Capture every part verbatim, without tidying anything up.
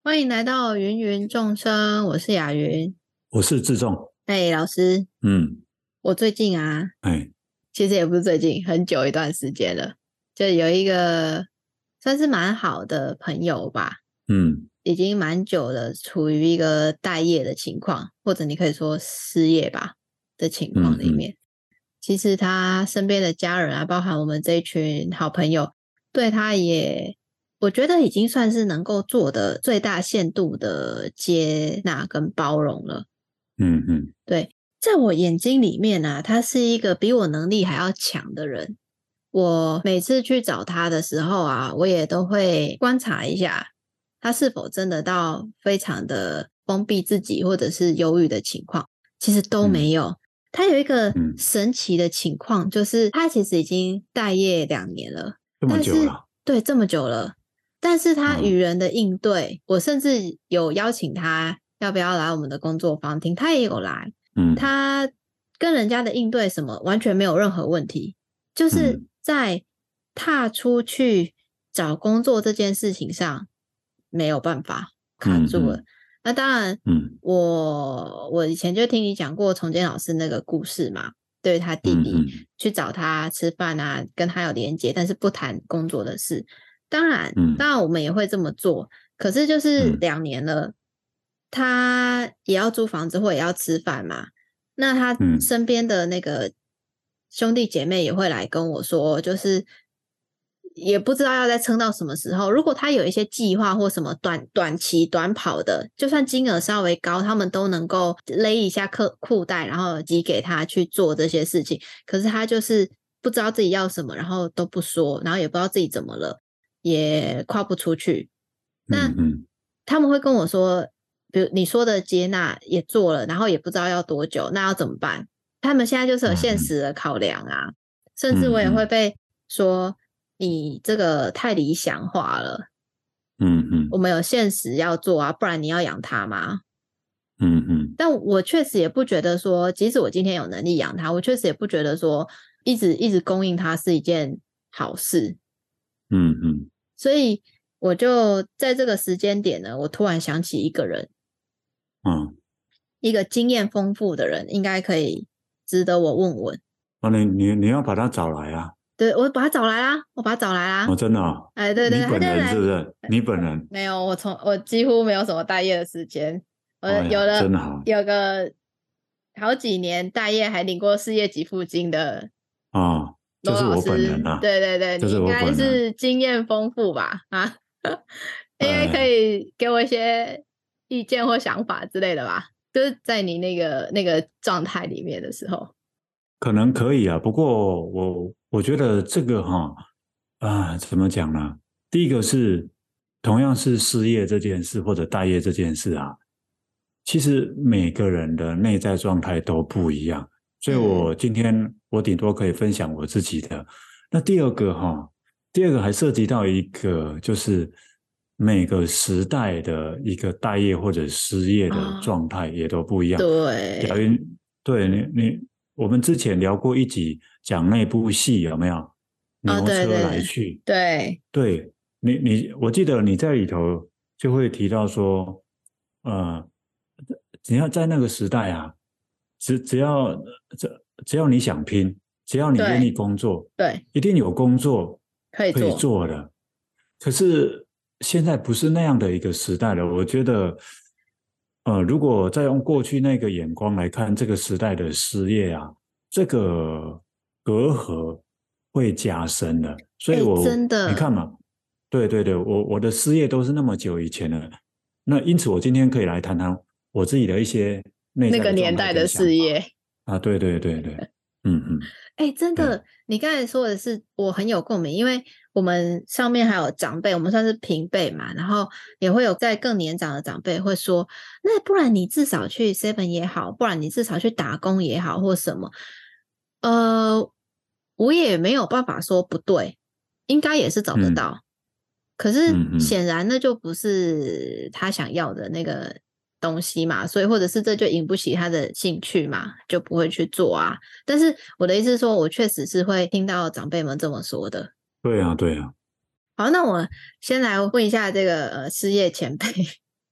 欢迎来到芸芸众生，我是雅云， 我是志仲。 哎，老师， 嗯， 我最近啊， 哎， 其实也不是最近，很久一段时间了，就有一个算是蛮好的朋友吧， 嗯已经蛮久了，处于一个待业的情况，或者你可以说失业吧的情况嗯嗯里面。其实他身边的家人啊，包含我们这一群好朋友，对他也，我觉得已经算是能够做的最大限度的接纳跟包容了。 嗯嗯对，在我眼睛里面啊，他是一个比我能力还要强的人。我每次去找他的时候啊，我也都会观察一下，他是否真的到非常的封闭自己或者是忧郁的情况，其实都没嗯有。他有一个嗯， 神奇的情况，就是他其实已经待业两年了， 这么但是久了。 对这么久了，但是他与嗯人的应对，我甚至有邀请他要不要来我们的工作坊听，他也有来。 嗯他跟人家的应对什么完全没有任何问题，就是嗯在踏出去找工作这件事情上没有办法卡住了。 嗯嗯那当然， 嗯我我以前就听你讲过重建老师那个故事嘛，对他弟弟嗯嗯去找他吃饭啊，跟他有连结，但是不谈工作的事。当然，当嗯然我们也会这么做，可是就是嗯两年了，他也要租房子或也要吃饭嘛。那他嗯身边的那个兄弟姐妹也会来跟我说，就是也不知道要再撑到什么时候。如果他有一些计划或什么短短期短跑的，就算金额稍微高，他们都能够勒一下裤裤带，然后寄给他去做这些事情。可是他就是不知道自己要什么，然后都不说，然后也不知道自己怎么了，也跨不出去。那嗯嗯他们会跟我说，比如你说的接纳也做了，然后也不知道要多久，那要怎么办？他们现在就是有现嗯实的考量啊，甚至我也会嗯嗯被说你这个太理想化了， 嗯嗯我们有现实要做啊，不然你要养他吗？ 嗯嗯但我确实也不觉得说，即使我今天有能力养他，我确实也不觉得说一直一直供应他是一件好事。 嗯嗯， 所以我就在这个时间点呢，我突然想起一个人， 嗯， 一个经验丰富的人，应该可以值得我问问。 那你你你要把他找来啊！ 对，我把他找来啦，我把他找来啦。 哦，真的啊。 哎，对对， 你本他就来。 人是不是？你本人？ 没有，我从我几乎没有什么待业的时间，我哎呀， 有了真好有个好几年待业还领过失业给付金的啊！就罗老是我本人师。 啊， 对对对， 就是你应该我本人。 是经验丰富吧？啊，应该可哎， 以给我一些意见或想法之类的吧？就是在你那个那个状态里面的时候。 可能可以啊，不过我我觉得这个哈啊，怎么讲呢？第一个是同样是失业这件事或者待业这件事啊，其实每个人的内在状态都不一样，所以嗯我今天我顶多可以分享我自己的。那第二个哈，第二个还涉及到一个就是每个时代的一个待业或者失业的啊， 状态也都不一样。假对如对你你我们之前聊过一集讲那部戏有没有？ 啊， 牛车对对对来去， 对对你你我记得你在里头就会提到说，呃，只要在那个时代啊，只只要只只要你想拼，只要你愿意对工作， 对， 一定有工作可以可以做。 做的。可是现在不是那样的一个时代了，我觉得，呃，如果再用过去那个眼光来看这个时代的失业啊，这个隔阂会加深的。所以哎， 我真的， 你看嘛，对对对，我我的失业都是那么久以前了，那因此我今天可以来谈谈我自己的一些内那个在的状态年代的跟想法事业。 啊，对对对对，嗯嗯， 哎，真对， 的，你刚才说的是我很有共鸣，因为我们上面还有长辈，我们算是平辈嘛，然后也会有在更年长的长辈会说，那不然你至少去 Seven 也好，不然你至少去打工也好，或什么。呃，我也没有办法说不对，应该也是找得嗯到，可是嗯嗯显然那就不是他想要的那个东西嘛，所以或者是这就引不起他的兴趣嘛，就不会去做啊。但是我的意思是说，我确实是会听到长辈们这么说的。 对啊对啊， 好，那我先来问一下这个呃失业前辈，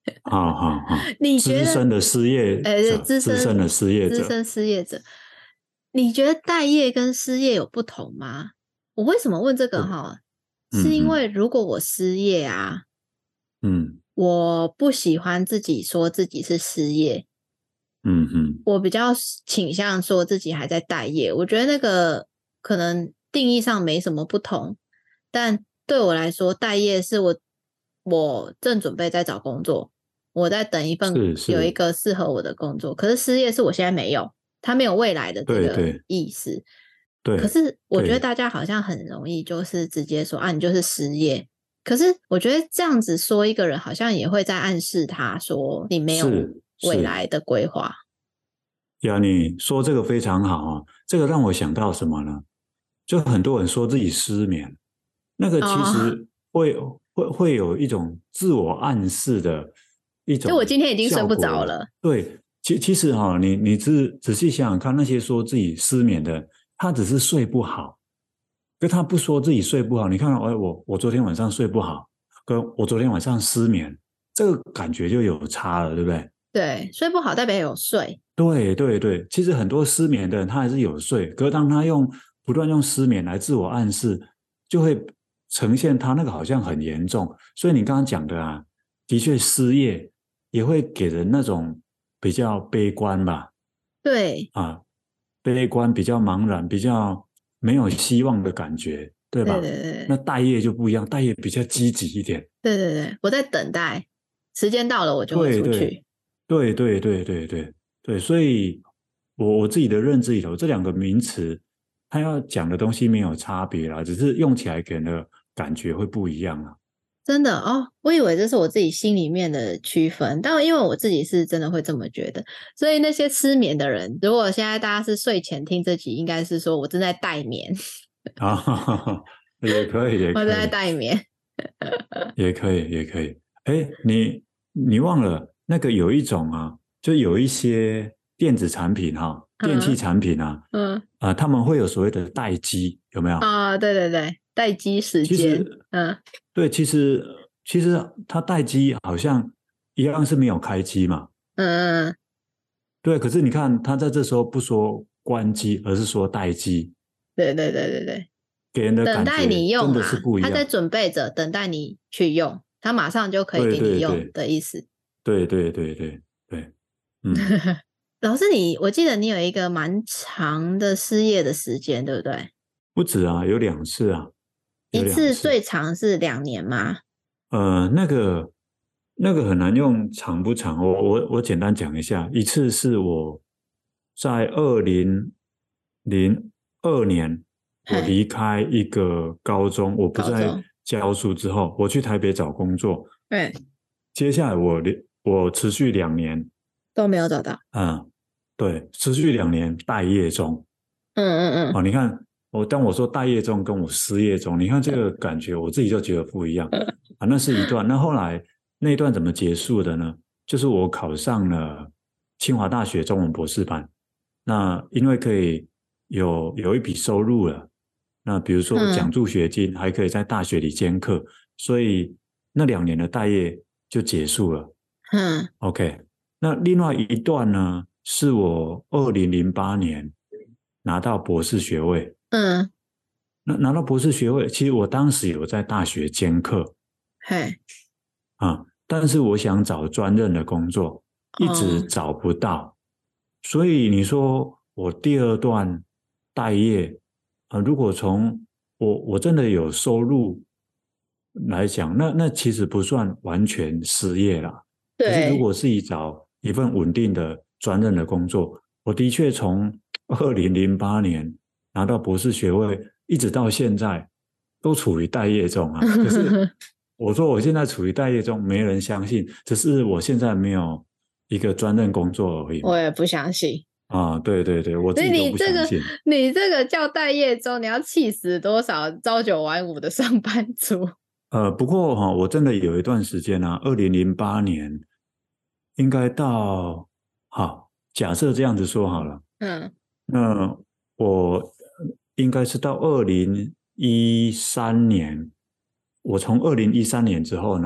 好好好， 你觉得， 资深的失业呃， 者， 资深资深的失业者， 资深失业者，你觉得待业跟失业有不同吗？我为什么问这个我哈？是因嗯嗯为如果我失业啊， 嗯我不喜欢自己说自己是失业， 嗯嗯， 我比较倾向说自己还在待业。我觉得那个可能定义上没什么不同，但对我来说，待业是我我正准备在找工作，我在等一份有一是是， 个适合我的工作。可是失业是我现在没有，它没有未来的这个对对意思。可对是我觉得对， 大家好像很容易就是直接说啊，你就是失业。可是我觉得这样子说一个人，好像也会在暗示他说你没有是是。 未来的规划。 呀，你说这个非常好啊，这个让我想到什么呢？就很多人说自己失眠，那个其哦， 实会会会有一种自我暗示的一就我种今天已经睡不着效果了。 了。 对，其其实哈、你你仔仔细想想看，那些说自己失眠的，他只是睡不好，可他不说自己睡不好。你看，哎，我我昨天晚上睡不好，跟我昨天晚上失眠，这个感觉就有差了，对不对？ 对，睡不好代表有睡。 对对对，其实很多失眠的人他还是有睡，可是当他用不断用失眠来自我暗示，就会呈现他那个好像很严重。所以你刚刚讲的啊，的确失业也会给人那种比较悲观吧， 对， 啊，悲观比较茫然，比较没有希望的感觉，对对吧？ 对对那待业就不一样，待业比较积极一点。 对对对，我在等待，时间到了我就会对对出去。 对对对对对对，所以我我自己的认知里头，这两个名词，它要讲的东西没有差别啦，只是用起来给人的感觉会不一样啊。 真的哦，我以为这是我自己心里面的区分，但因为我自己是真的会这么觉得，所以那些失眠的人，如果现在大家是睡前听这集，应该是说我正在待眠， 啊，哈哈哈，也可以，也我正在可以， 待眠。 也可以，也可以。哎，你你忘了那个有一种啊，就有一些电子产品哈、电器嗯产品啊， 嗯啊、他们会有所谓的待机，有没有？ 啊，对对对，待机时其间。 实， 嗯对，其实其实它待机好像一样是没有开机嘛， 嗯嗯， 对。可是你看，它在这时候不说关机，而是说待机， 对对对对对。 给人的感等待你觉真的是用啊，他在不一样。 准备着等待你去用，他马上就可以对给你用对对的意思。 对对对对对，嗯， 老师你，我记得你有一个蛮长的失业的时间，对不对？ 不止啊，有两次啊，有一两次。 次最长是两年吗？ 呃，那个那个很难用长不长，我我我简单讲一下。一次是我在二零零二年，我嘿， 离开一个高中，我不再高中， 教书之后，我去台北找工作。 对， 接下来我连我持续两年， 都没有找到。 嗯，对，持续两年待业中。 嗯嗯哦，你看我当我说待业中跟我失业中，你看这个感觉，我自己就觉得不一样嗯， 啊。那是一段，那后来那一段怎么结束的呢？就是我考上了清华大学中文博士班，那因为可以有有一笔收入了，那比如说奖嗯助学金，还可以在大学里兼课，所以那两年的待业就结束了。 嗯 OK，那另外一段呢，是我二零零八年拿到博士学位。 嗯， 那拿到博士学位，其实我当时有在大学兼课嘿， 啊，但是我想找专任的工作，一直哦， 找不到。所以你说我第二段待业啊，如果从我我真的有收入来讲，那那其实不算完全失业啦。可是如对， 果是以找一份稳定的专任的工作，我的确从二零零八年拿到博士学位，一直到现在都处于待业中啊。可是我说我现在处于待业中，没人相信，只是我现在没有一个专任工作而已嘛。 我也不相信。 啊，对对对，我所以自己都不你这个， 相信。 你这个叫待业中，你要气死多少朝九晚五的上班族？ 呃，不过哈、我真的有一段时间呢、啊，二零零八年应该到，好，假设这样子说好了， 嗯那我应该是到二零一三年，我从二零一三年之后呢，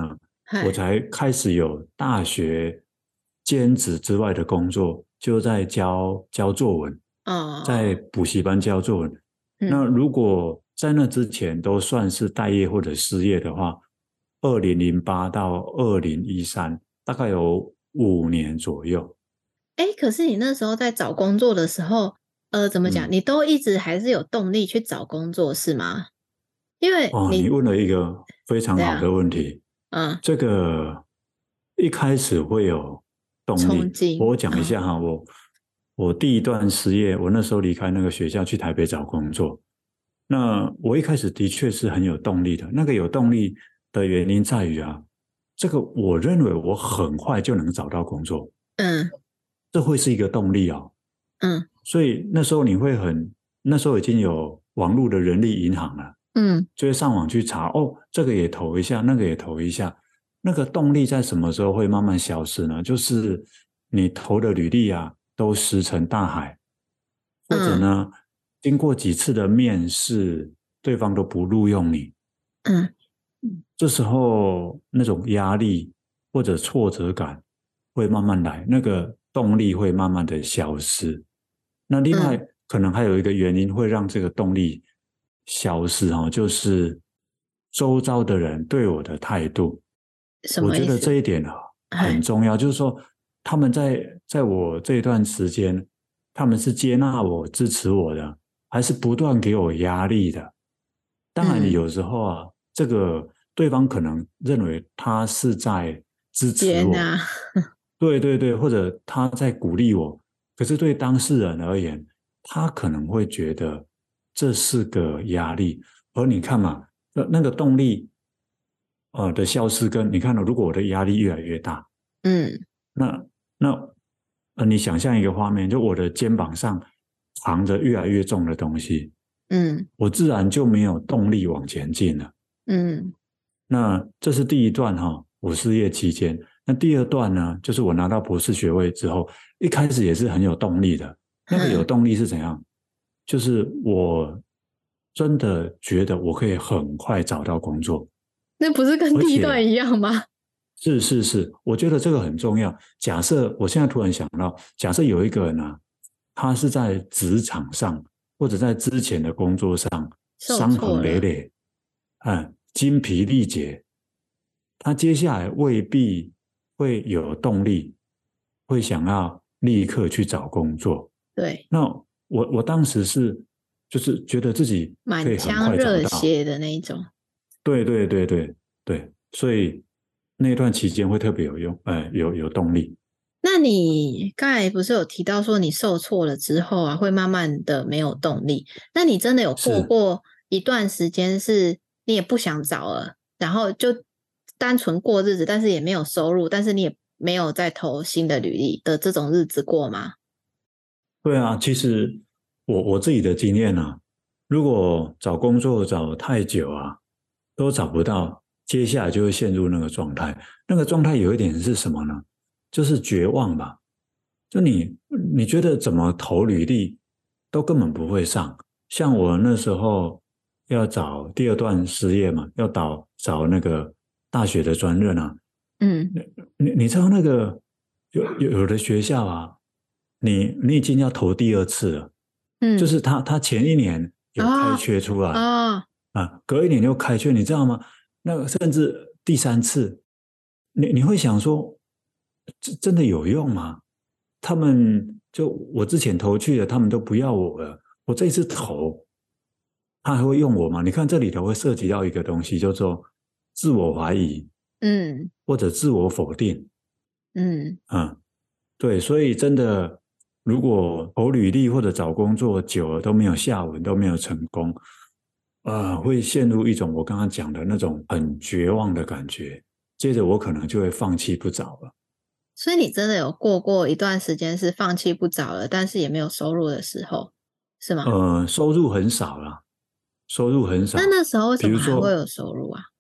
我才开始有大学兼职之外的工作，就在教教作文， 哦， 在补习班教作文。 嗯那如果在那之前都算是待业或者失业的话，二零零八到二零一三大概有五年左右。 哎，可是你那时候在找工作的时候，呃，怎么讲？ 嗯， 你都一直还是有动力去找工作，是吗？因为哦，你你问了一个非常对啊， 好的问题。 嗯， 这个一开始会有动力。 冲劲， 我讲一嗯下哈，我我第一段失业，我那时候离开那个学校去台北找工作。那我一开始的确是很有动力的。那个有动力的原因在于啊，这个我认为我很快就能找到工作， 嗯这会是一个动力哦。 嗯所以那时候你会很，那时候已经有网络的人力银行了。 嗯就会上网去查，哦，这个也投一下，那个也投一下。那个动力在什么时候会慢慢消失呢？就是你投的履历啊，都石沉大海，或者嗯呢，经过几次的面试，对方都不录用你。 嗯这时候那种压力或者挫折感会慢慢来，那个动力会慢慢的消失。那另外嗯， 可能还有一个原因会让这个动力消失哈、哦，就是周遭的人对我的态度。我觉得什么意思？ 这一点啊很哎， 重要，就是说他们在在我这一段时间，他们是接纳我、支持我的，还是不断给我压力的？当然， 嗯， 有时候啊，这个对方可能认为他是在支持我， 接纳， 对对对，或者他在鼓励我。可是对当事人而言，他可能会觉得这是个压力。而你看嘛，那那个动力呃的消失跟你看到，如果我的压力越来越大， 嗯那那呃，你想象一个画面，就我的肩膀上扛着越来越重的东西， 嗯我自然就没有动力往前进了。 嗯那这是第一段哈、哦，我失业期间。那第二段呢，就是我拿到博士学位之后，一开始也是很有动力的。那个有嗯， 动力是怎样？就是我真的觉得我可以很快找到工作， 那不是跟而且第一段一样吗？ 是是是，我觉得这个很重要。假设我现在突然想到，假设有一个人啊，他是在职场上或者在之前的工作上受伤挫了， 痕累累，嗯，精疲力竭，他接下来未必会有动力，会想要立刻去找工作。 对， 那我我当时是就是觉得自己可满以很腔热快找到， 血的那一种。 对对对对对，所以那段期间会特别有用，呃，有有动力。 那你刚才不是有提到说你受挫了之后啊，会慢慢的没有动力？那你真的有过是， 过一段时间是你也不想找了，然后就单纯过日子，但是也没有收入，但是你也没有再投新的履历的这种日子过吗？ 对啊，其实我我自己的经验啊，如果找工作找太久啊，都找不到，接下来就会陷入那个状态。那个状态有一点是什么呢？就是绝望吧。就你你觉得怎么投履历都根本不会上。像我那时候要找第二段失业嘛，要找找那个大学的专任啊， 嗯， 你你知道那个有有有的学校啊，你你已经要投第二次了，就嗯， 是他他前一年有开哦缺出来哦， 啊，隔一年又开缺，你知道吗？那个甚至第三次，你你会想说，这真的有用吗？他们就我之前投去的，他们都不要我了，我这一次投，他还会用我吗？你看这里头会涉及到一个东西，叫做自我怀疑嗯或者自我否定。 嗯， 嗯，对，所以真的，如果投履历或者找工作久了都没有下文，都没有成功，呃，会陷入一种我刚刚讲的那种很绝望的感觉。接着我可能就会放弃不找了。 所以你真的有过过一段时间是放弃不找了，但是也没有收入的时候，是吗？ 呃，收入很少啦，收入很少。 那那时候为比什么如说还会有收入啊？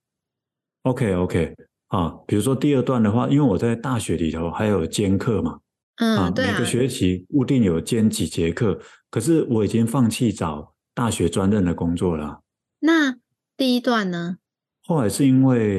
，OK OK 啊，比如说第二段的话，因为我在大学里头还有兼课嘛， 嗯， 啊，每个对啊， 学期固定有兼几节课，可是我已经放弃找大学专任的工作了。 那第一段呢？ 后来是因为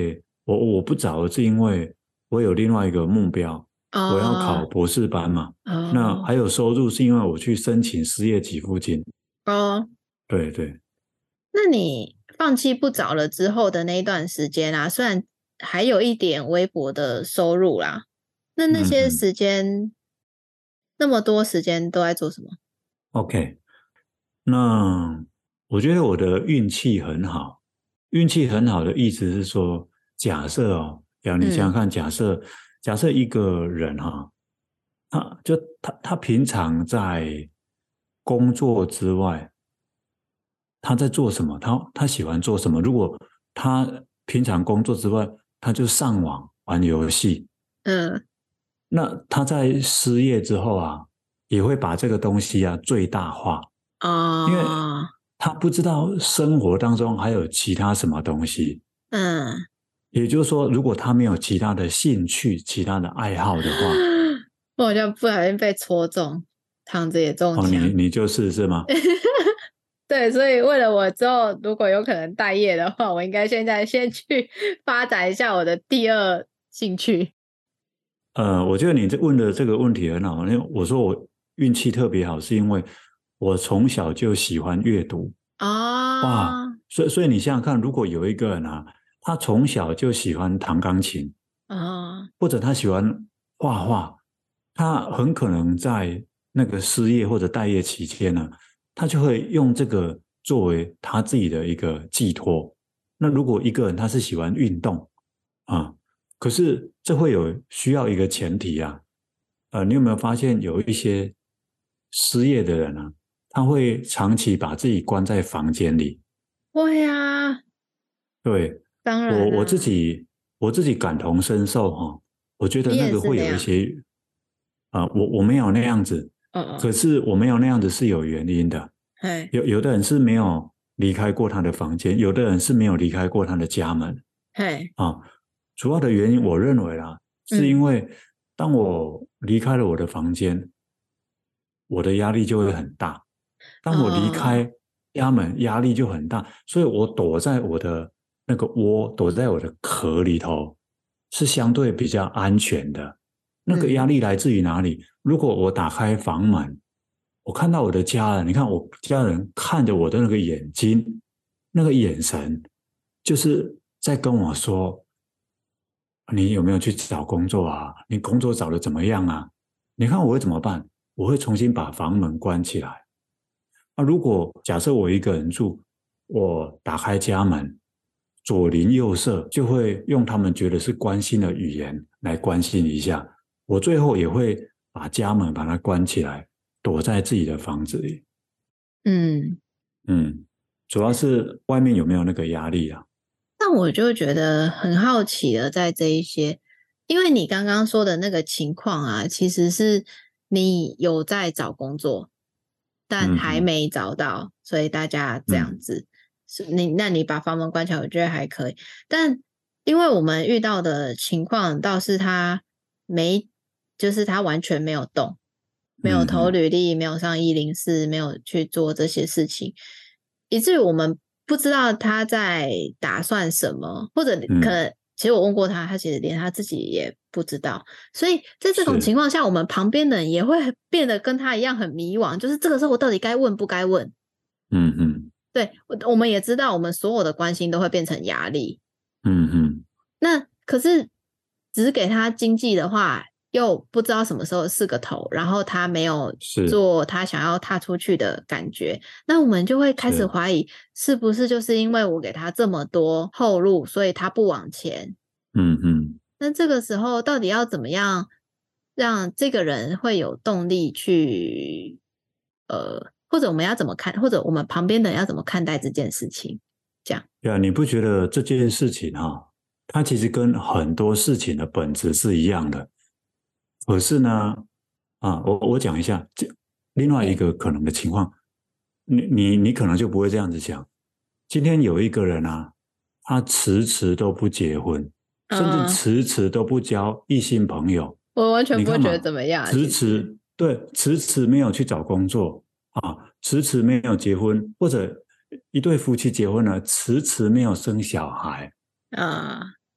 我我不找是因为我有另外一个目标， 哦我要考博士班嘛。那哦还有收入是因为我去申请失业给付金。 哦， 对对。 那你放弃不找了之后的那一段时间啊，虽然还有一点微薄的收入啦，那那嗯嗯些时间那么多时间都在做什么？ ，OK。那我觉得我的运气很好。运气很好的意思是说，假设哦，要你想想嗯看，假设假设一个人哈、他就他他平常在工作之外，他在做什么？他他喜欢做什么？如果他平常工作之外，他就上网玩游戏， 嗯那他在失业之后啊，也会把这个东西啊最大化。因为哦他不知道生活当中还有其他什么东西。 嗯， 也就是说，如果他没有其他的兴趣、其他的爱好的话， 我好像不小心被戳中，躺着也中哦，你枪。 你就是是吗？ 对，所以为了我之后如果有可能待业的话，我应该现在先去发展一下我的第二兴趣。 呃，我觉得你这问的这个问题很好，因为我说我运气特别好，是因为我从小就喜欢阅读。哇， 哦所以所以你想想看，如果有一个人啊，他从小就喜欢弹钢琴， 哦， 或者他喜欢画画，他很可能在那个失业或者待业期间呢，他就会用这个作为他自己的一个寄托。那如果一个人他是喜欢运动啊，可是这会有需要一个前提啊。呃，你有没有发现有一些失业的人啊，他会长期把自己关在房间里？ 会啊， 对， 当然我我自啦， 己我自己感同身受哈、哦，我觉得你也那个会是那样。 有一些啊、呃我我没有那样子， 嗯嗯， 可是我没有那样子是有原因的。 嘿有有的人是没有离开过他的房间，有的人是没有离开过他的家门嘿， 啊。主要的原因，我认为啦，是嗯因为当我离开了我的房间，我的压力就会很大。当我离哦， 开家门，压力就很大，所以我躲在我的那个窝，躲在我的壳里头，是相对比较安全的。那个压嗯力来自于哪里？如果我打开房门，我看到我的家人，你看我家人看着我的那个眼睛，那个眼神，就是在跟我说：你有没有去找工作啊？你工作找的怎么样啊？你看我会怎么办？我会重新把房门关起来。那如果假设我一个人住，我打开家门，左邻右舍就会用他们觉得是关心的语言来关心一下。我最后也会把家门把它关起来，躲在自己的房子里。 嗯， 嗯，主要是外面有没有那个压力啊？ 那我就觉得很好奇了，在这一些，因为你刚刚说的那个情况啊，其实是你有在找工作，但嗯嗯还没找到，所以大家这样嗯子，是你那你把房门关起来，我觉得还可以。但因为我们遇到的情况倒是他没，就是他完全没有动，没有投嗯嗯， 履历，没有上一零四，没有去做这些事情，以至于我们不知道他在打算什么，或者可嗯， 能其实我问过他，他其实连他自己也不知道。所以在这种情是。 况下，我们旁边的人也会变得跟他一样很迷惘，就是这个时候我到底该问不该问？ 嗯嗯对，我我们也知道，我们所有的关心都会变成压力。 嗯嗯， 那可是只给他经济的话，又不知道什么时候是个头，然后他没有是做他想要踏出去的感觉，那我们就会开始是。 怀疑，是不是就是因为我给他这么多后路，所以他不往前？ 嗯嗯。 那这个时候到底要怎么样让这个人会有动力去，呃，或者我们要怎么看，或者我们旁边的人要怎么看待这件事情？这样， 对啊，你不觉得这件事情哈、啊，它其实跟很多事情的本质是一样的。可是呢，啊，我我讲一下，这另外一哎， 个可能的情况，你你你可能就不会这样子想。今天有一个人啊，他迟迟都不结婚，甚至嗯， 迟迟都不交异性朋友。 我完全不会觉得你看嘛， 怎么样啊， 迟其实。 迟对，迟迟没有去找工作啊，迟迟没有结婚，或者一对夫妻结婚了，迟迟没有生小孩。 啊，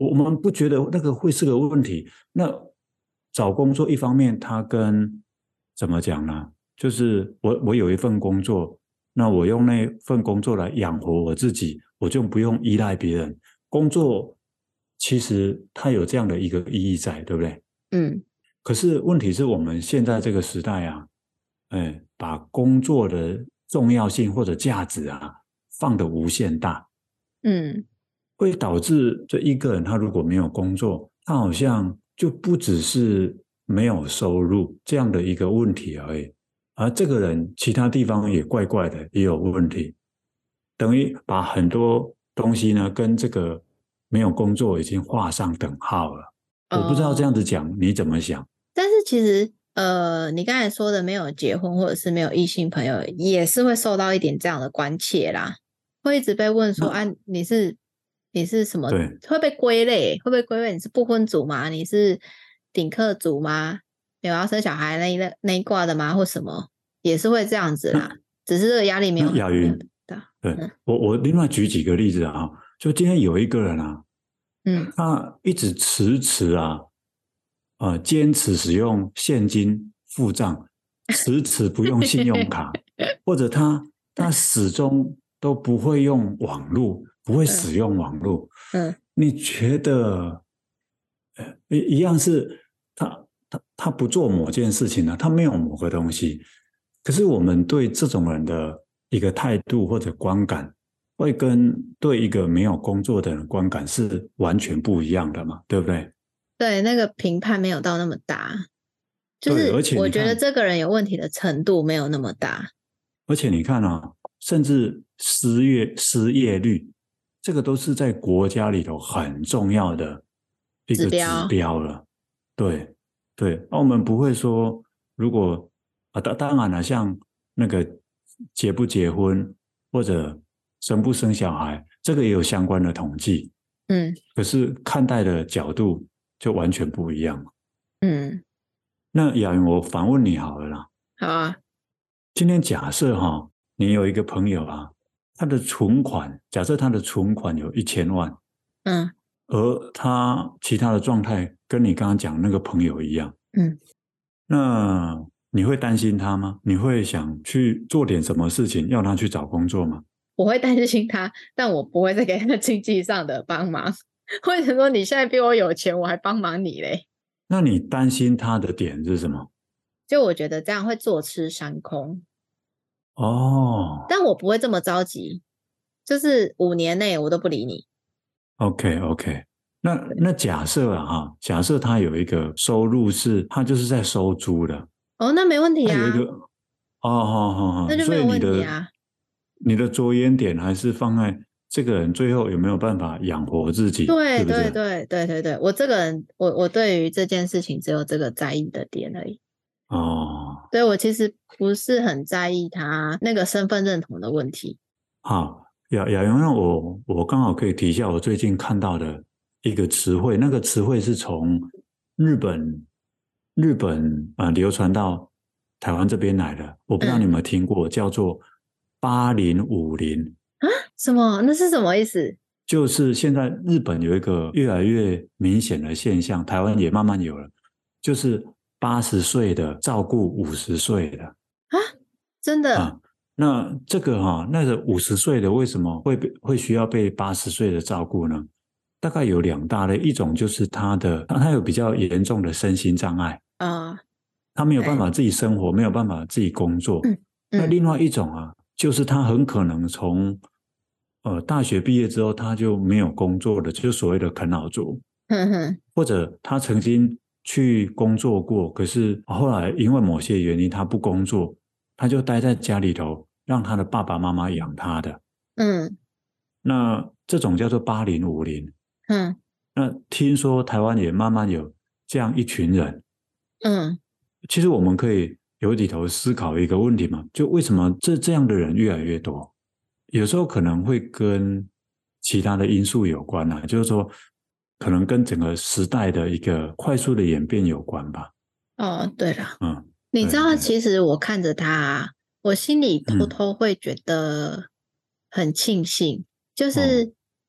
我们不觉得那个会是个问题。那找工作一方面，它跟怎么讲呢？就是我我有一份工作，那我用那份工作来养活我自己，我就不用依赖别人。工作其实它有这样的一个意义在，对不对？ 嗯。 可是问题是我们现在这个时代啊，哎，把工作的重要性或者价值啊放得无限大， 嗯， 会导致这一个人他如果没有工作，他好像就不只是没有收入这样的一个问题而已，而这个人其他地方也怪怪的，也有问题，等于把很多东西呢跟这个没有工作已经画上等号了。我不知道这样子讲你怎么想？ 但是其实呃，你刚才说的没有结婚或者是没有异性朋友，也是会受到一点这样的关切啦，会一直被问说啊，你是你是什么？ 对， 会被归类，会被归类？你是不婚族吗？你是顶客族吗？有要生小孩那一类那一挂的吗？或什么也是会这样子啦，只是这个压力没有那雅云， 大。 对、 嗯、 我我另外举几个例子啊，就今天有一个人啊， 嗯， 他一直迟迟啊，呃，坚持使用现金付账，迟迟不用信用卡，或者他他始终都不会用网络，不会使用网络。 嗯， 你觉得，呃，一一样是他他他不做某件事情呢，他没有某个东西，可是我们对这种人的一个态度或者观感，会跟对一个没有工作的人观感是完全不一样的嘛，对不对？ 对，那个评判没有到那么大，就对，而是我且你看， 觉得这个人有问题的程度没有那么大。 而且你看啊，甚至失业失业率，这个都是在国家里头很重要的一个指指标。 标了。对对，那我们不会说，如果啊，当当然了，像那个结不结婚或者生不生小孩，这个也有相关的统计。 嗯可是看待的角度就完全不一样。 嗯， 那雅云，我反问你好了啦。 好啊。 今天假设哈，你有一个朋友啊，他的存款，假设他的存款有一千万， 嗯而他其他的状态跟你刚刚讲那个朋友一样， 嗯， 那你会担心他吗？你会想去做点什么事情，要他去找工作吗？ 我会担心他，但我不会再给他经济上的帮忙。或者说你现在比我有钱，我还帮忙你嘞？ 那你担心他的点是什么？ 就我觉得这样会坐吃山空。 哦但我不会这么着急，就是五年内我都不理你。 ，OK OK，那那假设啊哈，假设他有一个收入是，他就是在收租的， 哦，那没问题啊， 他有一个，哦，好好好，所那就没有以你的问题啊。 你的着眼点还是放在这个人最后有没有办法养活自己， 对是不是？ 对对对对对，我这个人，我我对于这件事情只有这个在意的点而已。 哦， 对，我其实不是很在意他那个身份认同的问题。 好，雅雅蓉，让我我刚好可以提一下我最近看到的一个词汇，那个词汇是从日本日本啊、呃、流传到台湾这边来的，我不知道你有没有听过，叫做八零五零。 啊？什么？那是什么意思？ 就是现在日本有一个越来越明显的现象，台湾也慢慢有了，就是八十岁的照顾五十岁的啊？真的？ 啊。那这个哈、啊，那个五十岁的为什么会被会需要被八十岁的照顾呢？大概有两大类，一种就是他的他有比较严重的身心障碍啊， 他没有办法自己生活，没有办法自己工作。 嗯嗯那另外一种啊，就是他很可能从呃大学毕业之后他就没有工作了，就是所谓的啃老族， 哼哼， 或者他曾经去工作过，可是后来因为某些原因他不工作，他就待在家里头，让他的爸爸妈妈养他的。 嗯那这种叫做八零五零。 嗯那听说台湾也慢慢有这样一群人。 嗯其实我们可以有里头思考一个问题嘛，就为什么这这样的人越来越多？有时候可能会跟其他的因素有关啊，就是说可能跟整个时代的一个快速的演变有关吧。 哦，对了， 嗯， 你知道， 对对， 其实我看着他啊，我心里偷嗯， 偷会觉得很庆幸，就哦， 是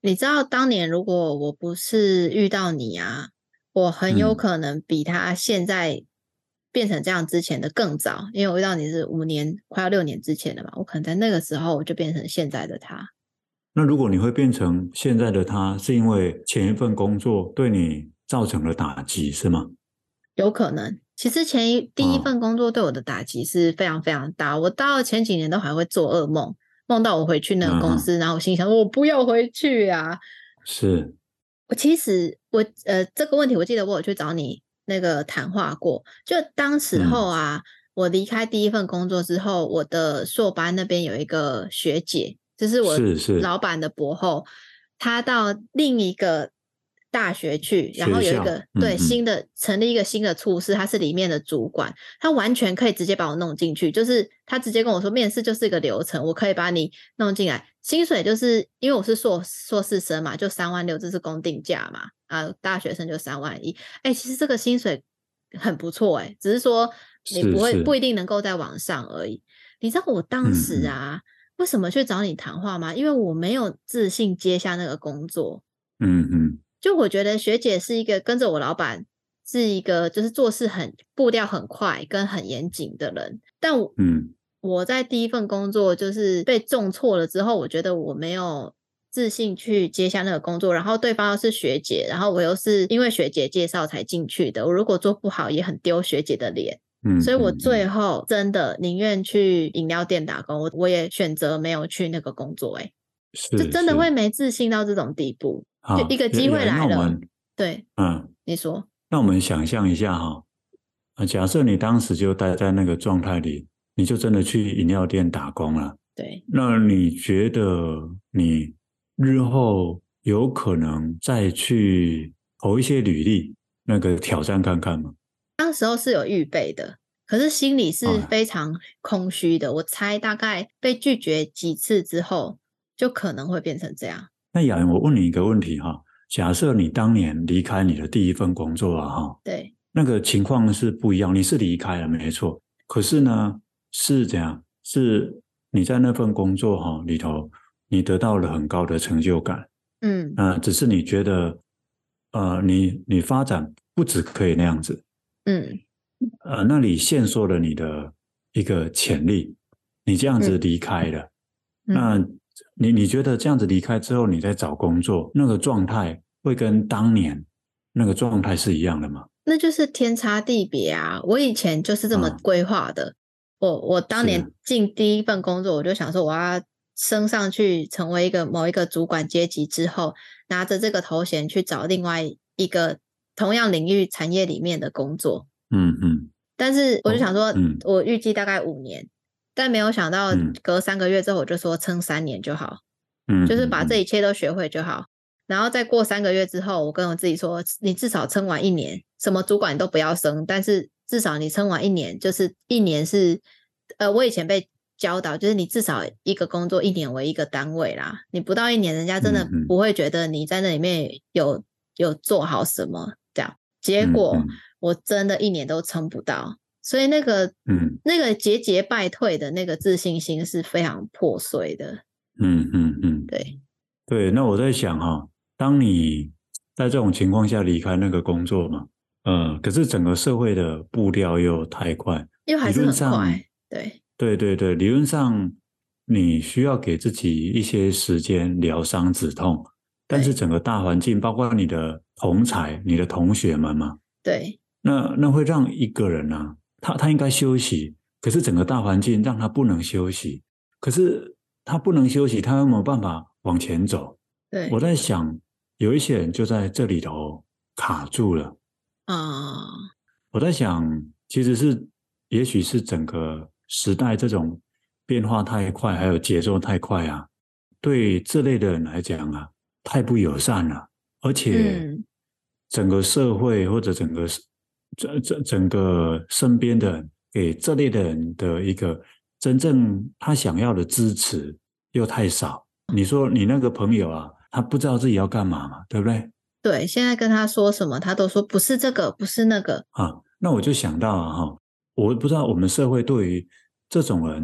你知道当年如果我不是遇到你啊，我很有可能比他现在变成这样之前的更早，因为我遇到你是五年快要六年之前的嘛，我可能在那个时候我就变成现在的他。 那如果你会变成现在的他，是因为前一份工作对你造成了打击，是吗？ 有可能。其实前一第一份工作对我的打击是非常非常大，我到前几年都还会做噩梦，梦到我回去那个公司，嗯、然后我心想我不要回去啊。 是。 我其实我呃这个问题我记得我有去找你那个谈话过，就当时候啊、嗯、我离开第一份工作之后，我的硕班那边有一个学姐，就是我老板的博后，她到另一个大学去，然后有一个对新的成立一个新的处室，他是里面的主管，他完全可以直接把我弄进去，就是他直接跟我说面试就是一个流程，我可以把你弄进来，薪水就是因为我是硕硕士生嘛，就三万六，这是公定价嘛，啊，大学生就三万一，哎，其实这个薪水很不错哎，只是说你不会不一定能够在往上而已。你知道我当时啊，嗯、为什么去找你谈话吗？因为我没有自信接下那个工作。 嗯嗯。 就我觉得学姐是一个跟着我老板是一个就是做事很步调很快跟很严谨的人，但我嗯我在第一份工作就是被重挫了之后，我觉得我没有自信去接下那个工作，然后对方又是学姐，然后我又是因为学姐介绍才进去的，我如果做不好也很丢学姐的脸。嗯，所以我最后真的宁愿去饮料店打工，我我也选择没有去那个工作、欸。哎，就真的会没自信到这种地步。就一个机会来了，对，嗯，你说， 那我们想象一下哈，假设你当时就待在那个状态里，你就真的去饮料店打工了， 对， 那你觉得你日后有可能再去投一些履历，那个挑战看看吗？ 当时候是有预备的，可是心里是非常空虚的。我猜大概被拒绝几次之后，就可能会变成这样。 那雅媛，我问你一个问题哈，假设你当年离开你的第一份工作啊哈， 对， 那个情况是不一样，你是离开了没错，可是呢是怎样？是你在那份工作哈里头，你得到了很高的成就感，嗯，啊、呃，只是你觉得，呃，你你发展不只可以那样子，嗯，呃，那里限缩了你的一个潜力，你这样子离开了，嗯、那。你你觉得这样子离开之后，你在找工作那个状态会跟当年那个状态是一样的吗？ 那就是天差地别啊！我以前就是这么规划的。嗯、我我当年进第一份工作，我就想说我要升上去成为一个某一个主管阶级之后，拿着这个头衔去找另外一个同样领域产业里面的工作。嗯嗯。但是我就想说，哦嗯、我预计大概五年。但没有想到隔三个月之后我就说撑三年就好，嗯，就是把这一切都学会就好，然后再过三个月之后我跟我自己说你至少撑完一年，什么主管都不要升，但是至少你撑完一年，就是一年是呃，我以前被教导就是你至少一个工作一年为一个单位啦，你不到一年人家真的不会觉得你在那里面有有做好什么这样，结果我真的一年都撑不到，所以那个，嗯，那个节节败退的那个自信心是非常破碎的。 嗯嗯嗯， 对对。那我在想哈，当你在这种情况下离开那个工作嘛，呃，可是整个社会的步调又太快， 又还是很快，对对对对，理论上你需要给自己一些时间疗伤止痛，但是整个大环境，包括你的同才、你的同学们嘛， 对， 那那会让一个人啊。他他应该休息，可是整个大环境让他不能休息，可是他不能休息，他有没有办法往前走？ 对， 我在想，有一些人就在这里头卡住了啊。我在想，其实是也许是整个时代这种变化太快，还有节奏太快啊，对这类的人来讲啊，太不友善了，而且整个社会或者整个。整整整个身边的人给这类的人的一个真正他想要的支持又太少。你说你那个朋友啊，他不知道自己要干嘛嘛，对不对？ 对，现在跟他说什么，他都说不是这个，不是那个啊。那我就想到啊，哈，我不知道我们社会对于这种人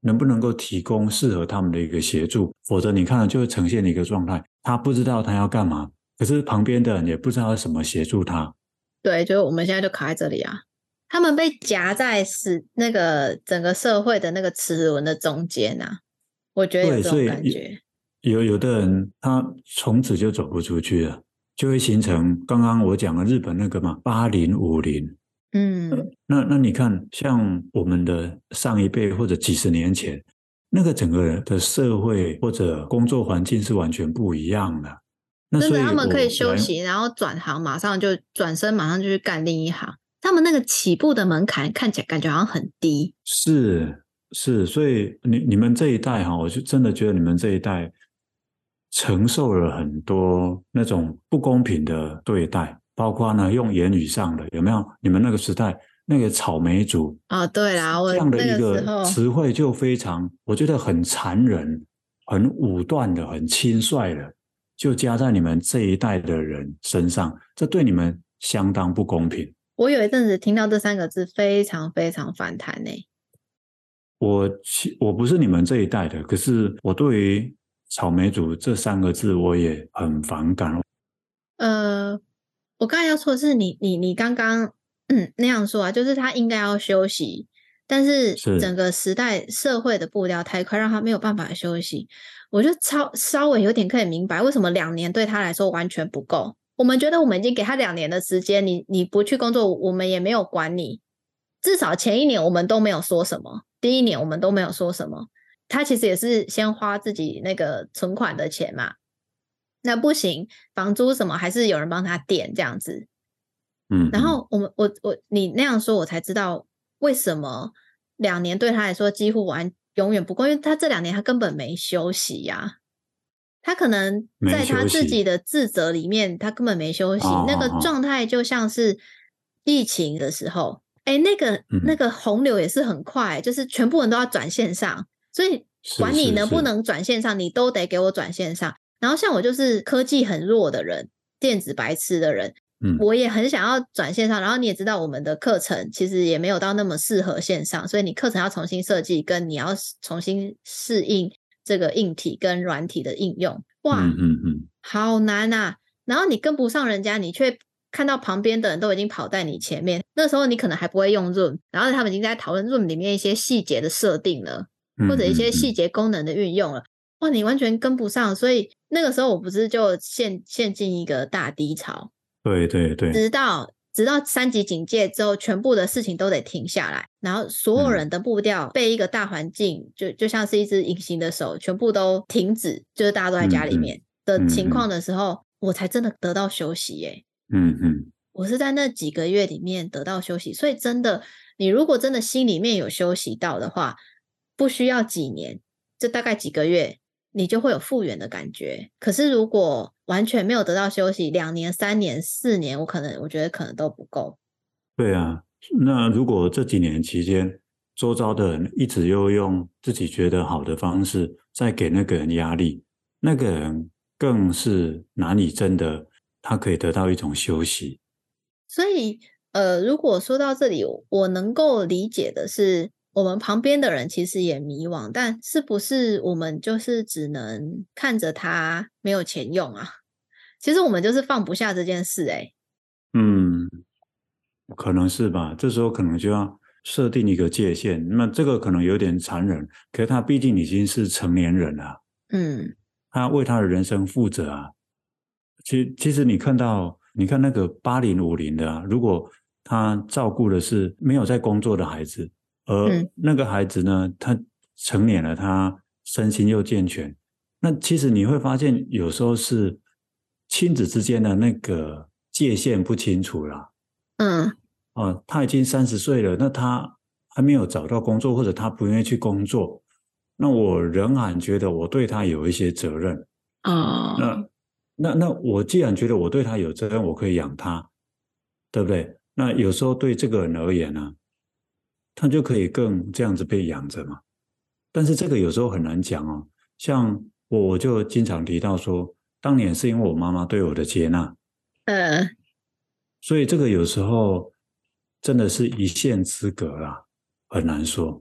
能不能够提供适合他们的一个协助，否则你看了就会呈现一个状态，他不知道他要干嘛，可是旁边的人也不知道怎么协助他。 对，就是我们现在就卡在这里啊，他们被夹在是那个整个社会的那个齿轮的中间啊，我觉得有对， 这种所以感觉。 有有的人他从此就走不出去了，就会形成刚刚我讲的日本那个嘛八零五零。 嗯， 那那你看，像我们的上一辈或者几十年前，那个整个的社会或者工作环境是完全不一样的。那真的， 所以他们可以我来休息，然后转行，马上就转身，马上就去干另一行。他们那个起步的门槛看起来感觉好像很低。 是是，所以你你们这一代哈，我就真的觉得你们这一代承受了很多那种不公平的对待，包括呢用言语上的，有没有？你们那个时代那个草莓族哦，对啦，我这样的那个时一个候， 词汇就非常，我觉得很残忍、很武断的、很轻率的，就加在你们这一代的人身上，这对你们相当不公平。 我有一阵子听到这三个字，非常非常反弹呢、 我其我不是你们这一代的，可是我对于草莓族这三个字我也很反感。 呃，我刚才要说的是你，你你刚刚嗯那样说啊，就是他应该要休息，但是整是， 个时代社会的步调太快，让他没有办法休息。我就超稍微有点可以明白，为什么两年对他来说完全不够。我们觉得我们已经给他两年的时间，你你不去工作，我们也没有管你。至少前一年我们都没有说什么，第一年我们都没有说什么。他其实也是先花自己那个存款的钱嘛，那不行，房租什么还是有人帮他垫这样子。 嗯， 然后我们我我你那样说，我才知道为什么两年对他来说几乎完永远不够，因为他这两年他根本没休息呀、啊。他可能没在他自己休息的自责里面，他根本没休啊息，那个啊啊， 状态就像是疫情的时候，哎，那个那嗯， 个洪流也是很快，就是全部人都要转线上，所以是管你是是， 能不能转线上，你都得给我转线上。然后像我就是科技很弱的人，电子白痴的人， 嗯我也很想要转线上。然后你也知道，我们的课程其实也没有到那么适合线上，所以你课程要重新设计，跟你要重新适应这个硬体跟软体的应用，哇， 嗯嗯嗯， 好难啊！然后你跟不上人家，你却看到旁边的人都已经跑在你前面，那时候你可能还不会用 Zoom，然后他们已经在讨论 Zoom 里面一些细节的设定了，或嗯者一些细嗯嗯， 节功能的运用了。哇，你完全跟不上，所以那个时候我不是就陷陷进一个大低潮， 对对对， 直到直到三级警戒之后，全部的事情都得停下来，然后所有人嗯的步调被一个大环境，就就像是一只隐形的手，全部都停止，就是大家都在家嗯嗯里面的情况嗯嗯的时候，我才真的得到休息耶。 嗯嗯， 我是在那几个月里面得到休息，所以真的，你如果真的心里面有休息到的话，不需要几年，这大概几个月，你就会有复原的感觉。可是如果完全没有得到休息，两年、三年、四年，我可能我觉得可能都不够。 对啊。那如果这几年期间，周遭的人一直又用自己觉得好的方式在给那个人压力，那个人更是难以真的他可以得到一种休息。 所以，呃，如果说到这里，我能够理解的是，我们旁边的人其实也迷惘，但是不是我们就是只能看着他没有钱用啊？其实我们就是放不下这件事、欸，诶嗯，可能是吧。这时候可能就要设定一个界限。那这个可能有点残忍，可是他毕竟已经是成年人了， 嗯他为他的人生负责啊。其其实你看到，你看那个八零五零的啊，如果他照顾的是没有在工作的孩子，而嗯， 那个孩子呢，他成年了，他身心又健全，那其实你会发现，有时候是亲子之间的那个界限不清楚啦。 嗯， 哦，他已经三十岁了，那他还没有找到工作，或者他不愿意去工作，那我仍然觉得我对他有一些责任。 哦， 那那那我既然觉得我对他有责任，我可以养他，对不对？那有时候对这个人而言呢、他就可以更这样子被养着嘛。但是这个有时候很难讲哦。像我我就经常提到说，当年是因为我妈妈对我的接纳， 呃， 所以这个有时候真的是一线之隔啦，很难说。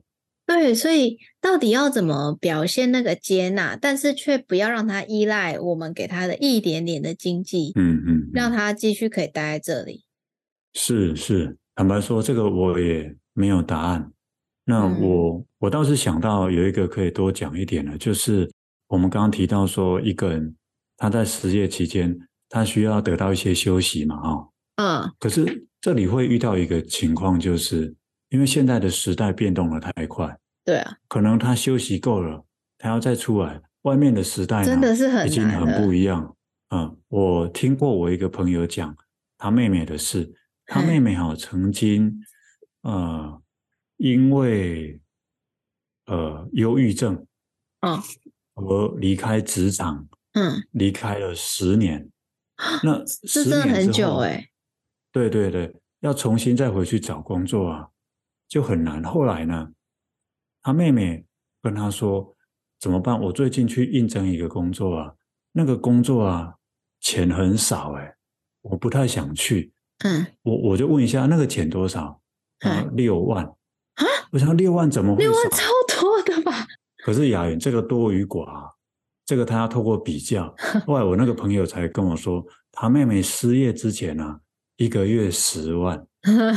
对，所以到底要怎么表现那个接纳，但是却不要让他依赖我们给他的一点点的经济， 嗯嗯让嗯， 他继续可以待在这里。 是是，坦白说，这个我也没有答案。那嗯我我倒是想到有一个可以多讲一点的，就是我们刚刚提到说，一个人他在失业期间，他需要得到一些休息嘛，哈、 嗯， 可是这里会遇到一个情况，就是因为现在的时代变动的太快， 对啊， 可能他休息够了，他要再出来，外面的时代真呢的是很已经很不难了。 一样。嗯，我听过我一个朋友讲他妹妹的事，他妹嘿， 妹哈、曾经呃因为呃忧郁症哦， 而离开职场， 嗯， 离开了十年。那这十年真的很久之后， 哎。 对对对，要重新再回去找工作啊，就很难。后来呢，他妹妹跟他说：“怎么办？我最近去应征一个工作啊，那个工作啊，钱很少哎，我不太想去。 嗯我我就问一下，那个钱多少？啊， 嗯， 六万。 啊， 我想六万怎么六万超会少？ 多的吧？ 可是雅云这个多与寡啊，这个他要透过比较。后来我那个朋友才跟我说，他妹妹失业之前啊，一个月十万，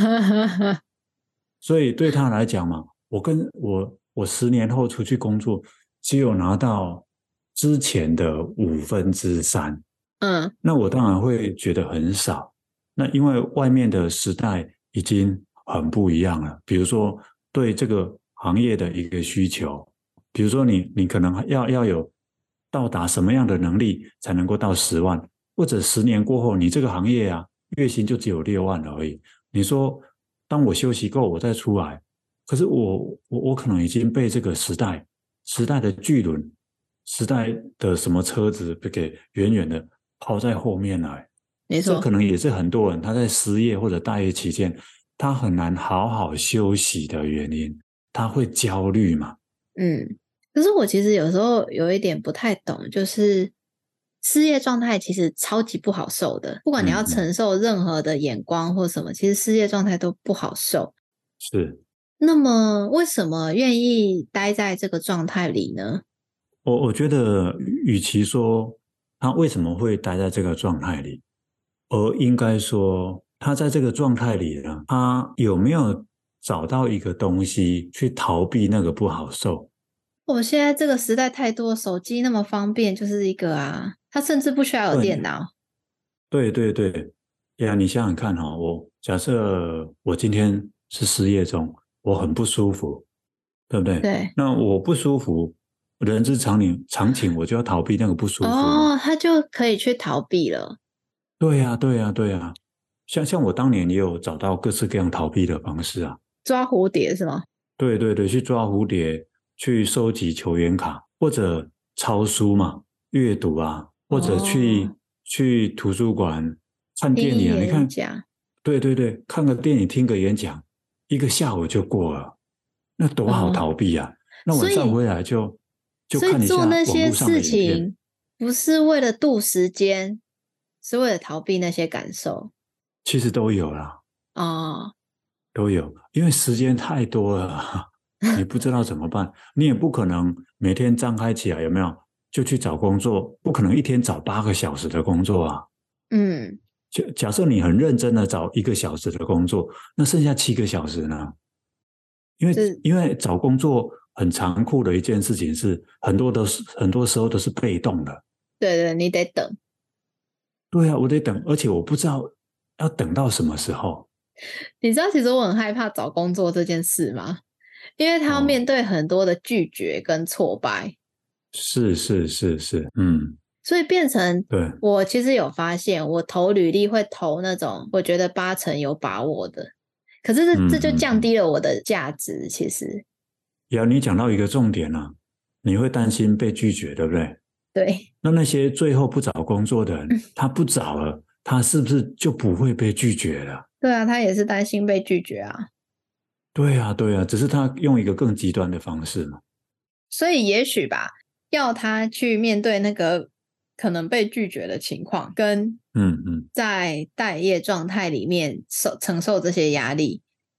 所以对他来讲嘛，我跟我我十年后出去工作，只有拿到之前的五分之三， 嗯， 那我当然会觉得很少。那因为外面的时代已经很不一样了，比如说对这个行业的一个需求，比如说你你可能要要有到达什么样的能力才能够到十万，或者十年过后你这个行业啊月薪就只有六万而已。你说当我休息够我再出来，可是我我我可能已经被这个时代时代的巨轮、时代的什么车子给远远的抛在后面来。 没错。 这可能也是很多人他在失业或者待业期间，他很难好好休息的原因，他会焦虑嘛？ 嗯，可是我其实有时候有一点不太懂，就是失业状态其实超级不好受的，不管你要嗯嗯， 承受任何的眼光或什么，其实失业状态都不好受。 是那么为什么愿意待在这个状态里呢？ 我我觉得，与其说他为什么会待在这个状态里，而应该说他在这个状态里呢，他有没有找到一个东西去逃避那个不好受？ 我现在这个时代太多，手机那么方便，就是一个啊，他甚至不需要有电对脑。 对对对，呀，你想想看哈、哦，我假设我今天是失业中，我很不舒服，对不对？ 对， 那我不舒服，人之常情，常情我就要逃避那个不舒服嘛。 哦，他就可以去逃避了。 对呀，对呀，对呀。像像我当年也有找到各式各样逃避的方式啊。 抓蝴蝶是吗？ 对对对，去抓蝴蝶，去收集球员卡，或者抄书嘛，阅读啊，或者去哦， 去图书馆看电听影啊。你看， 演讲。 对对对，看个电影，听个演讲，一个下午就过了，那多好哦， 逃避啊！那晚所以上回来就就所以做看一下那些网络上的事影片。 情不是为了度时间，是为了逃避那些感受。 其实都有啦。 哦， 都有，因为时间太多了，你不知道怎么办，你也不可能每天张开起来，有没有就去找工作，不可能一天找八个小时的工作啊。 嗯， 假假设你很认真的找一个小时的工作，那剩下七个小时呢？因为这因为找工作很残酷的一件事情是，很多都是很多时候都是被动的。 对对，你得等。 对啊，我得等，而且我不知道要等到什么时候。 你知道，其实我很害怕找工作这件事吗？因为他要哦， 面对很多的拒绝跟挫败， 是是是是，嗯， 所以变成对， 我其实有发现，我投履历会投那种我觉得八成有把握的，可是这这嗯就嗯嗯。 降低了我的价值。其实， 呀，你讲到一个重点啊，你会担心被拒绝，对不对？ 对， 那那些最后不找工作的人，他不找了，他是不是就不会被拒绝了？ 对啊，他也是担心被拒绝啊。 对啊，对啊，只是他用一个更极端的方式嘛。 所以也许吧，要他去面对那个可能被拒绝的情况，跟嗯嗯， 在待业状态里面受承受这些压力，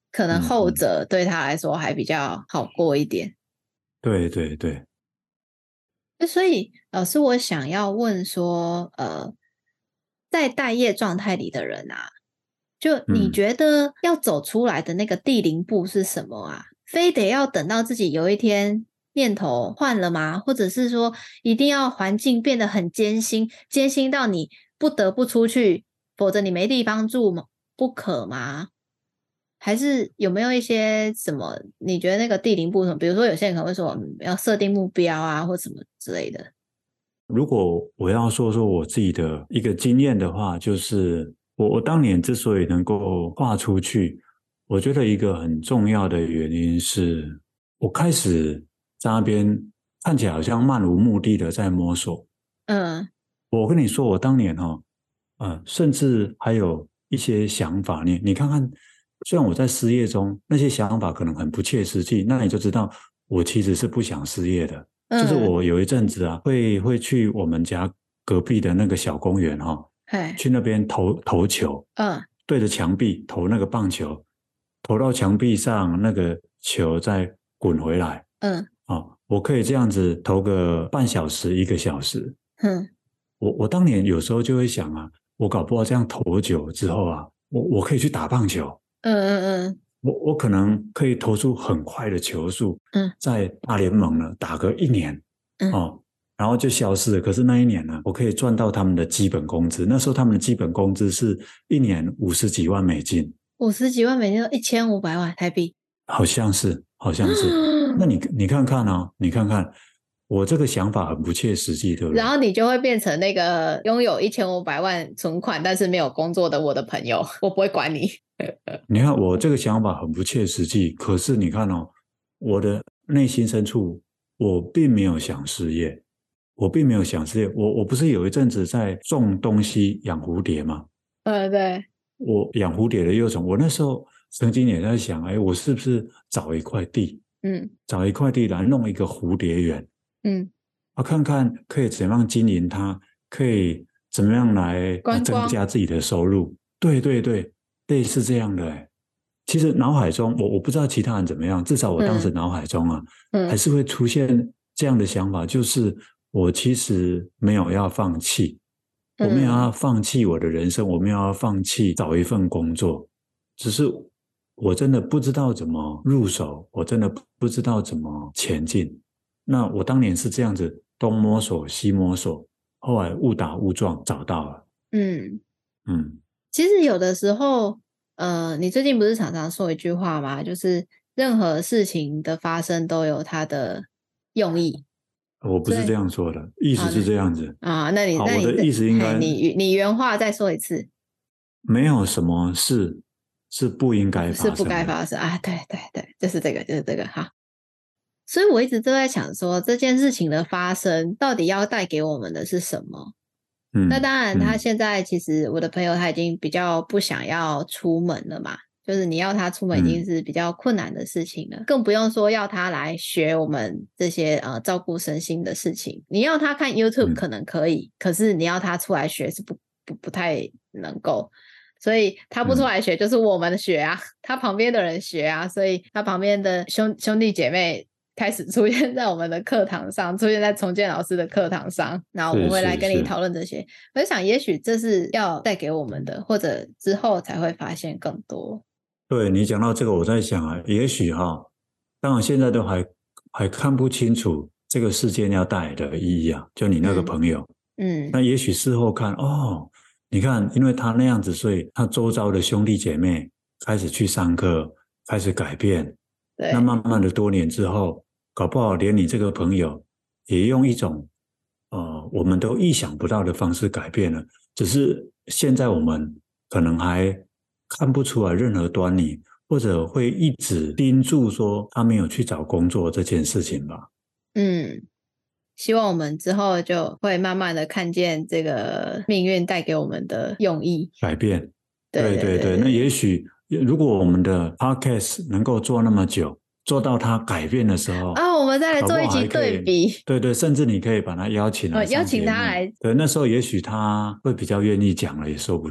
可能嗯嗯， 后者对他来说还比较好过一点。 对对对， 所以老师，我想要问说，呃，在待业状态里的人啊，就你嗯。 觉得要走出来的那个第零步是什么啊？非得要等到自己有一天念头换了吗？或者是说一定要环境变得很艰辛，艰辛到你不得不出去，否则你没地方住吗？不可吗？还是有没有一些什么？你觉得那个第零步什么？比如说有些人可能会说，嗯要设定目标啊，或什么之类的。 如果我要说说我自己的一个经验的话，就是我我当年之所以能够跨出去，我觉得一个很重要的原因是，我开始在那边看起来好像漫无目的的在摸索。 嗯我跟你说，我当年哈、哦，呃，甚至还有一些想法，你你看看，虽然我在失业中，那些想法可能很不切实际，那你就知道我其实是不想失业的。就是嗯， 我有一阵子啊，会会去我们家隔壁的那个小公园哈、哦， 嘿， 去那边投投球， 嗯对着墙壁投那个棒球，投到墙壁上，那个球再滚回来。 嗯哦，我可以这样子投个半小时、一个小时。 嗯我我当年有时候就会想啊，我搞不好这样投久之后啊，我我可以去打棒球， 嗯嗯我我可能可以投出很快的球速， 嗯在大联盟呢打个一年嗯， 哦，然后就消失了。可是那一年呢，我可以赚到他们的基本工资，那时候他们的基本工资是一年五十几万美金， 五十几万美金，一千五百万台币。 好像是好像是。那你你看看啊，你看看我这个想法很不切实际，对不对？ 然后你就会变成那个拥有一千五百万存款但是没有工作的我的朋友，我不会管你。 你看我这个想法很不切实际，可是你看哦，我的内心深处，我并没有想失业，我并没有想失业。我我不是有一阵子在种东西养蝴蝶吗？ 呃，对， 我养蝴蝶的幼虫，我那时候曾经也在想，哎，我是不是找一块地， 嗯找一块地来弄一个蝴蝶园， 嗯， 啊，看看可以怎么样经营它，可以怎么样来啊增观光， 加自己的收入。对对对，类似这样的哎。其实脑海中，我我不知道其他人怎么样，至少我当时嗯脑海中啊，还嗯是会出现这样的想法，就是我其实没有要放弃，我没有要嗯放弃我的人生，我没有要放弃找一份工作，只是我真的不知道怎么入手，我真的不知道怎么前进。那我当年是这样子东摸索西摸索，后来误打误撞找到了。 嗯。 嗯， 其实有的时候，呃，你最近不是常常说一句话吗？就是任何事情的发生都有它的用意。 我不是这所以， 样说的，意思好， 是那这样子。 啊，那你好， 那你这， 我的意思应嘿， 该你你原话再说一次， 没有什么事是不应该是不发生的。 该发生啊？对对对，就是这个，就是这个哈。所以我一直都在想说，这件事情的发生到底要带给我们的是什么？那嗯当然，他嗯现在其实我的朋友他已经比较不想要出门了嘛，就是你要他出门已经嗯是比较困难的事情了，更不用说要他来学我们这些呃照顾身心的事情。你要他看 YouTube 可嗯能可以，可是你要他出来学是不不不太能够。所以他不出嗯， 来学，就是我们学啊，他旁边的人学啊，所以他旁边的兄兄弟姐妹开始出现在我们的课堂上，出现在重建老师的课堂上，然后我是会来跟你是是， 讨论这些。我就想，也许这是要带给我们的，或者之后才会发现更多。 对你讲到这个，我在想啊，也许哈，当然现在都还还看不清楚这个事件要带来的意义啊。就你那个嗯朋友， 嗯那也许事后看哦，你看，因为他那样子，所以他周遭的兄弟姐妹开始去上课，开始改变。那对， 慢慢的多年之后，搞不好连你这个朋友也用一种呃我们都意想不到的方式改变了，只是现在我们可能还看不出来任何端倪，或者会一直盯住说他没有去找工作这件事情吧。 嗯，希望我们之后就会慢慢的看见这个命运带给我们的用意。 改变， 对对对对对，那也对对对。 许如果我们的 podcast 能够做那么久，做到它改变的时候， 啊，我们再来搞不好做一集还可以， 对比， 对对，甚至你可以把他邀请来呃，邀上节目， 请他来对，那时候也许他会比较愿意讲了，也说不定。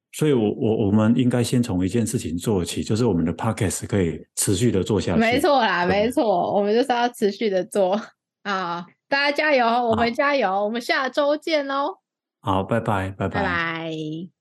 所以我我我们应该先从一件事情做起，就是我们的 podcast 可以持续的做下去。 没错啦，没错，我们就是要持续的做啊！大家加油，我们加油，我们下周见喽！ 好，拜拜，拜拜拜。 拜。